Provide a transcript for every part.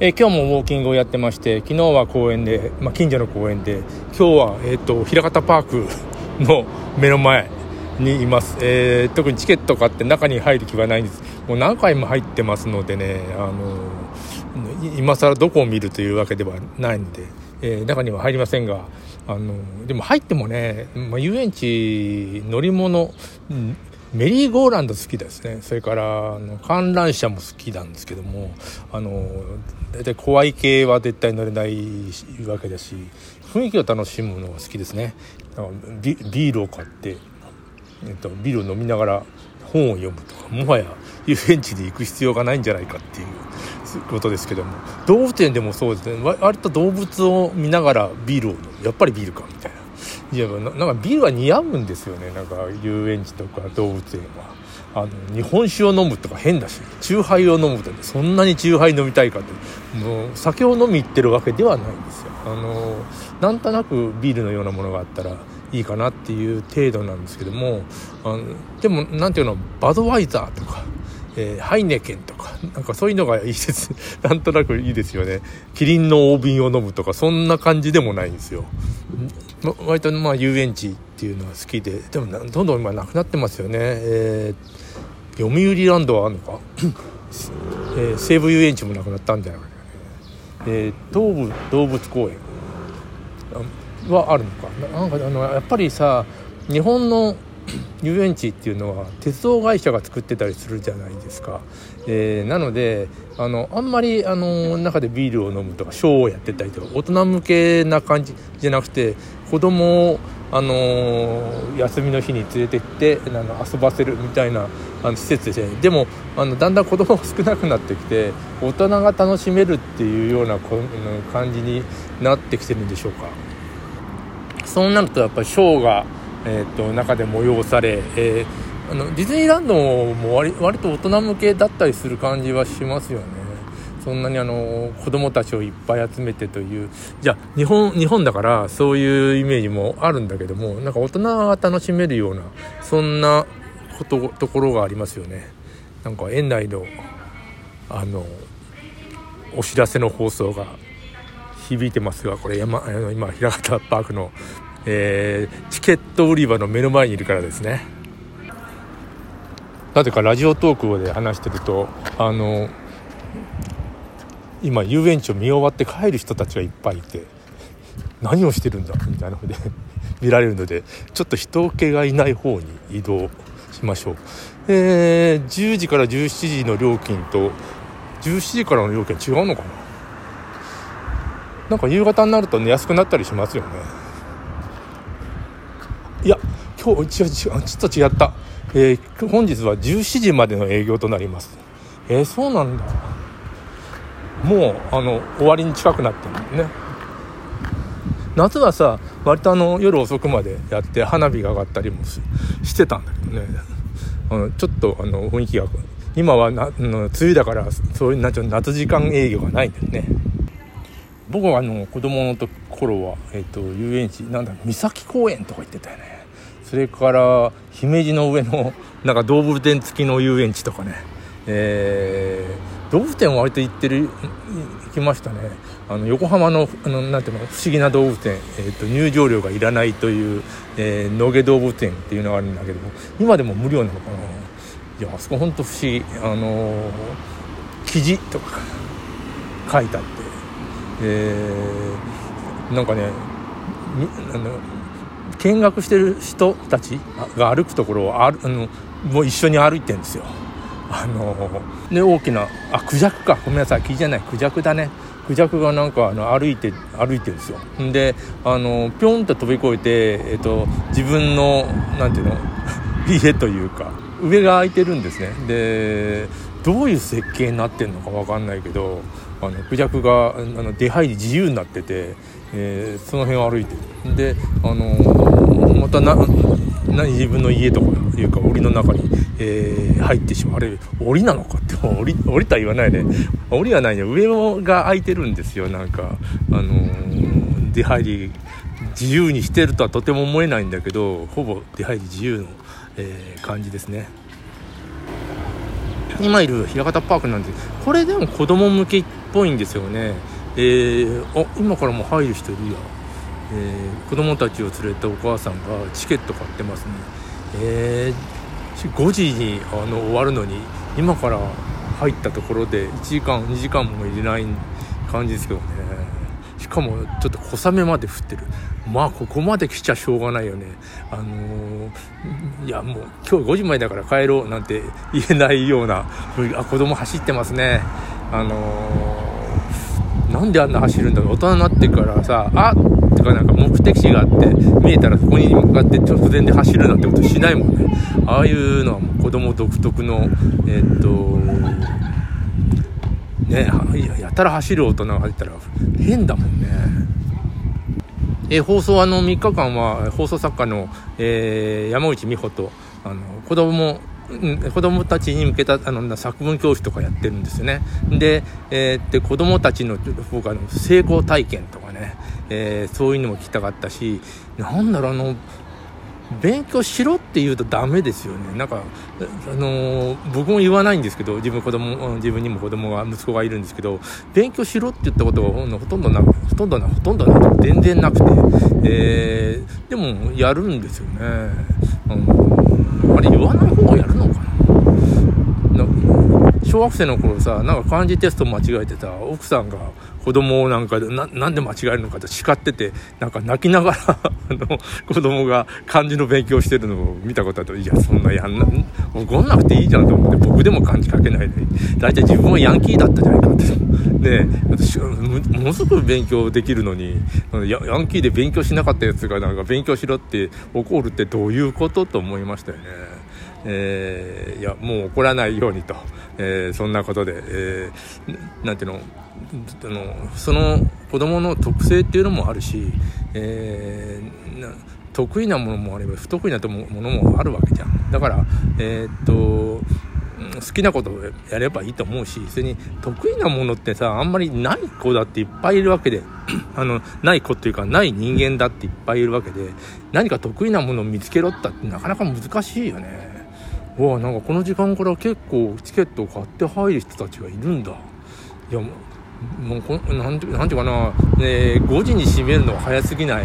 今日もウォーキングをやってまして、昨日は公園で、近所の公園で、今日は、枚方パークの目の前にいます。特にチケット買って中に入る気はないんです。もう何回も入ってますのでね、今更どこを見るというわけではないので、中には入りませんが、でも入ってもね、遊園地乗り物、メリーゴーランド好きですね。それから観覧車も好きなんですけども、大体怖い系は絶対乗れないわけだし、雰囲気を楽しむのが好きですね。ビールを買って、ビールを飲みながら本を読むとか、もはや遊園地に行く必要がないんじゃないかっていうことですけども、動物園でもそうですね。割と動物を見ながらビールをやっぱりビールかみたいな。いや、なんかビールは似合うんですよね。なんか遊園地とか動物園は日本酒を飲むとか変だし、チューハイを飲むとそんなにチューハイ飲みたいかって、もう酒を飲み行ってるわけではないんですよ。なんとなくビールのようなものがあったらいいかなっていう程度なんですけども、でもなんていうの、バドワイザーとか、ハイネケンとか、なんかそういうのがいいですなんとなくいいですよね。キリンの大瓶を飲むとか、そんな感じでもないんですよ。割と遊園地っていうのは好きで、でもどんどん今なくなってますよね。読売ランドはあるのか西武遊園地もなくなったんじゃないかね。東武動物公園はあるのか。なんかやっぱりさ、日本の遊園地っていうのは鉄道会社が作ってたりするじゃないですか。なのであんまり中でビールを飲むとかショーをやってたりとか、大人向けな感じじゃなくて、子供を休みの日に連れてって遊ばせるみたいな施設ですね。でもだんだん子供が少なくなってきて、大人が楽しめるっていうような感じになってきてるんでしょうか。そうなるとやっぱりショーが中で催され、ディズニーランドも割と大人向けだったりする感じはしますよね。そんなに子供たちをいっぱい集めてという、じゃあ日本だからそういうイメージもあるんだけども、なんか大人が楽しめるようなそんなところがありますよね。なんか園内のお知らせの放送が響いてますが、これ今枚方パークのチケット売り場の目の前にいるからですね。なぜかラジオトークで話してると、今遊園地を見終わって帰る人たちがいっぱいいて、何をしてるんだみたいなので見られるので、ちょっと人気がいない方に移動しましょう。10時から17時の料金と17時からの料金違うのかな。なんか夕方になると、安くなったりしますよね。いや、今日ちょっと違った。本日は17時までの営業となります。そうなんだ。もう終わりに近くなってるんだね。夏はさ、割と夜遅くまでやって花火が上がったりもしてたんだけどね。ちょっと雰囲気が、今は梅雨だからそういう夏時間営業がないんだよね。僕は子供の頃は遊園地三崎公園とか行ってたよね。それから姫路の上のなんか動物園付きの遊園地とかね。動物園は割と行きましたね。横浜のなんていうの、不思議な動物園、入場料がいらないという、野毛動物園っていうのがあるんだけども、今でも無料なのかな。いや、あそこ本当不思議。記事とか書いてあって、なんかね、見学してる人たちが歩くところをもう一緒に歩いてるんですよ。で大きなクジャクか、ごめんなさい、木じゃない、クジャクだね。クジャクがなんか歩いてるんですよ。でぴょんと飛び越えて、自分のなんていうの家というか上が開いてるんですね。でどういう設計になってるのか分かんないけど、クジャクが出入り自由になってて、その辺を歩いてる。でまた自分の家とかいうか檻の中に、入ってしまう。あれ檻なのかって、檻とは言わないね。檻はないね。上が開いてるんですよ。なんか出入り自由にしてるとはとても思えないんだけど、ほぼ出入り自由の、感じですね。今いる枚方パークなんで、これでも子供向けぽいんですよね。今からもう入る人いるや、子供たちを連れたお母さんがチケット買ってますね。5時に終わるのに今から入ったところで1時間2時間も入れない感じですけどね。しかもちょっと小雨まで降ってる。まあここまで来ちゃしょうがないよね。いやもう今日5時前だから帰ろうなんて言えないような。子供走ってますね。なんであんな走るんだろう。大人になってからさ、とかなんか目的地があって見えたらそこに向かって直前で走るなんてことしないもんね。ああいうのはもう子供独特のやたら走る大人が入ったら変だもんね。放送3日間は放送作家の、山内美穂と子供たちに向けた作文教室とかやってるんですよね。で、子供たちの僕成功体験とかね、そういうのも聞きたかったし、なんだろう勉強しろって言うとダメですよね。なんか僕も言わないんですけど、自分にも子供が息子がいるんですけど、勉強しろって言ったことがほとんどなく全然なくて、でもやるんですよね。あれ言わない方がやるのかな。小学生の頃さ、なんか漢字テスト間違えてさ、奥さんが子供をなんで間違えるのかと叱ってて、なんか泣きながら子供が漢字の勉強してるのを見たことあると、いやそんな怒んなくていいじゃんと思って、僕でも漢字書けないのに大体自分はヤンキーだったじゃないかってね。私ものすごく勉強できるのにヤンキーで勉強しなかったやつがなんか勉強しろって怒るってどういうことと思いましたよね。いやもう怒らないようにと、そんなことで、なんていうのその子供の特性っていうのもあるし、得意なものもあれば不得意なものもあるわけじゃん。だから好きなことをやればいいと思うし、それに得意なものってさ、あんまりない子だっていっぱいいるわけでない子っていうかない人間だっていっぱいいるわけで、何か得意なものを見つけろったってなかなか難しいよね。なんかこの時間から結構チケットを買って入る人たちがいるんだ。いやもうなんていうかな、5時に閉めるのは早すぎない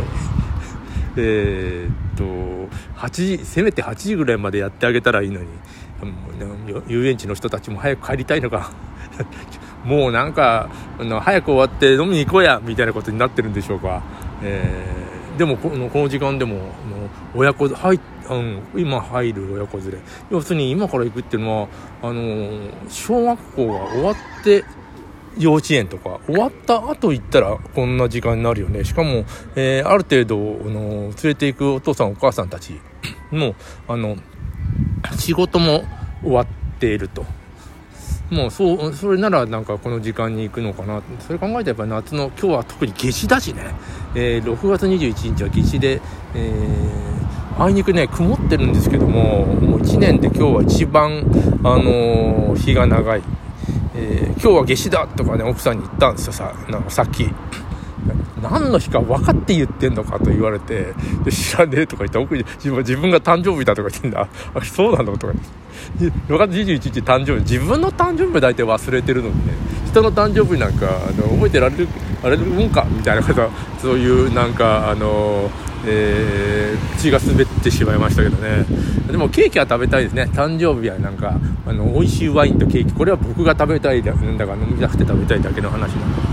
8時、せめて8時ぐらいまでやってあげたらいいのに、遊園地の人たちも早く帰りたいのかもうなんか早く終わって飲みに行こうやみたいなことになってるんでしょうか。でもこの時間でも親子今入る親子連れ、要するに今から行くっていうのは小学校が終わって幼稚園とか終わった後行ったらこんな時間になるよね。しかも、ある程度連れて行くお父さんお母さんたちも仕事も終わっていると。もうそれならなんかこの時間に行くのかな。それ考えたらやっぱ夏の今日は特に夏至だしね、6月21日は夏至で、あいにくね曇ってるんですけども、もう1年で今日は一番日が長い。今日は夏至だとかね奥さんに言ったんですよ。なんかさっき何の日か分かって言ってんのかと言われて、知らねえとか言って奥に自分が誕生日だとか言ってんだ。そうなのとか6月21日誕生日、自分の誕生日大体忘れてるのにね、人の誕生日なんか覚えてられるもんかみたいなこと、そういうなんか口が滑ってしまいましたけどね。でもケーキは食べたいですね。誕生日はなんか美味しいワインとケーキ、これは僕が食べたいんだから飲みたくて食べたいだけの話なんだ。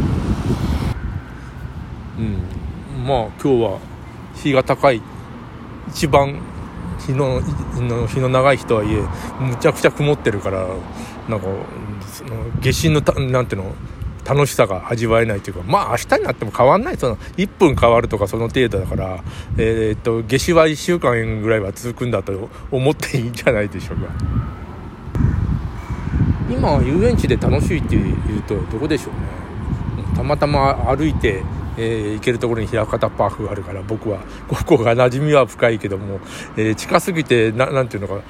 まあ今日は日が高い、一番日の長い日とはいえむちゃくちゃ曇ってるから、なんか夏至のなんていうの楽しさが味わえないというか、まあ明日になっても変わんない。1分変わるとかその程度だから、夏至は1週間ぐらいは続くんだと思っていいんじゃないでしょうか。今遊園地で楽しいっていうとどこでしょうね。たまたま歩いて行けるところに平方パークがあるから、僕はここが馴染みは深いけども、近すぎてなんていうのか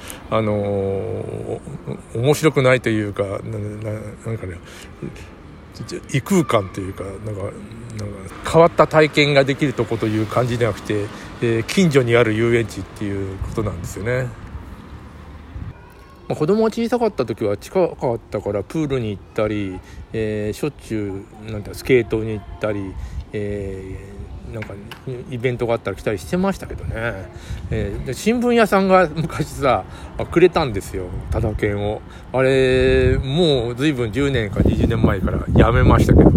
面白くないというか、なんかね異空間というか、なんか変わった体験ができるとこという感じではなくて、近所にある遊園地っていうことなんですよね。 子供が小さかった時は近かったからプールに行ったり、しょっちゅうなんかスケートに行ったり、なんかイベントがあったら来たりしてましたけどね、で新聞屋さんが昔さくれたんですよ、タダ券を。あれもう随分10年か20年前からやめましたけど、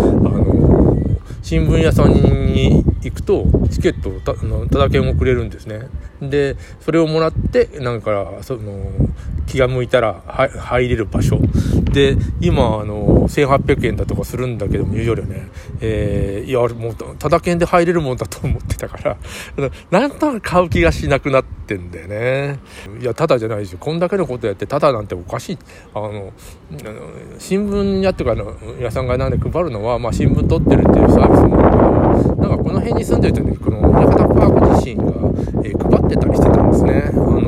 新聞屋さんに行くとチケットをタダ券をくれるんですね。でそれをもらってなんか気が向いたら入れる場所で、今1800円だとかするんだけども入場料ね、いやもうタダ券で入れるもんだと思ってたからなんとなく買う気がしなくなってんだよね。いやタダじゃないですよ、こんだけのことやってタダなんておかしい。新聞屋とかの屋さんがなんで配るのは、新聞取ってるっていうサービスもあるけど、なんかこの辺に住んでる人にこの屋形パーク自身が、配ってたりしてたんですね。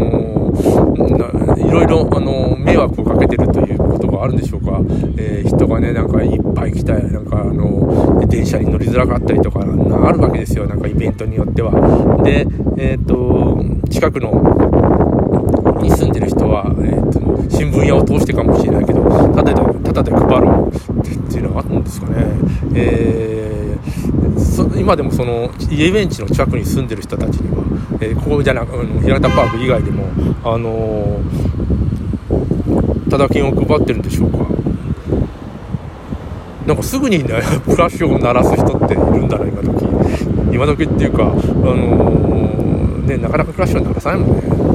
いろいろ迷惑をかけてるということがあるんでしょうか。人がねなんかいっぱい来たり、なんか電車に乗りづらかったりとかあるわけですよ、なんかイベントによっては。で近くのに住んでる人は、新聞屋を通してかもしれないけどただで配ろうっていうのがあるんですかね。今でもそのイベンチの近くに住んでる人たちには、ここじゃなく平田パーク以外でもタダ券を配ってるんでしょうか。なんかすぐにねフラッシュを鳴らす人っているんだな今時っていうかなかなかフラッシュを鳴らさないもんね。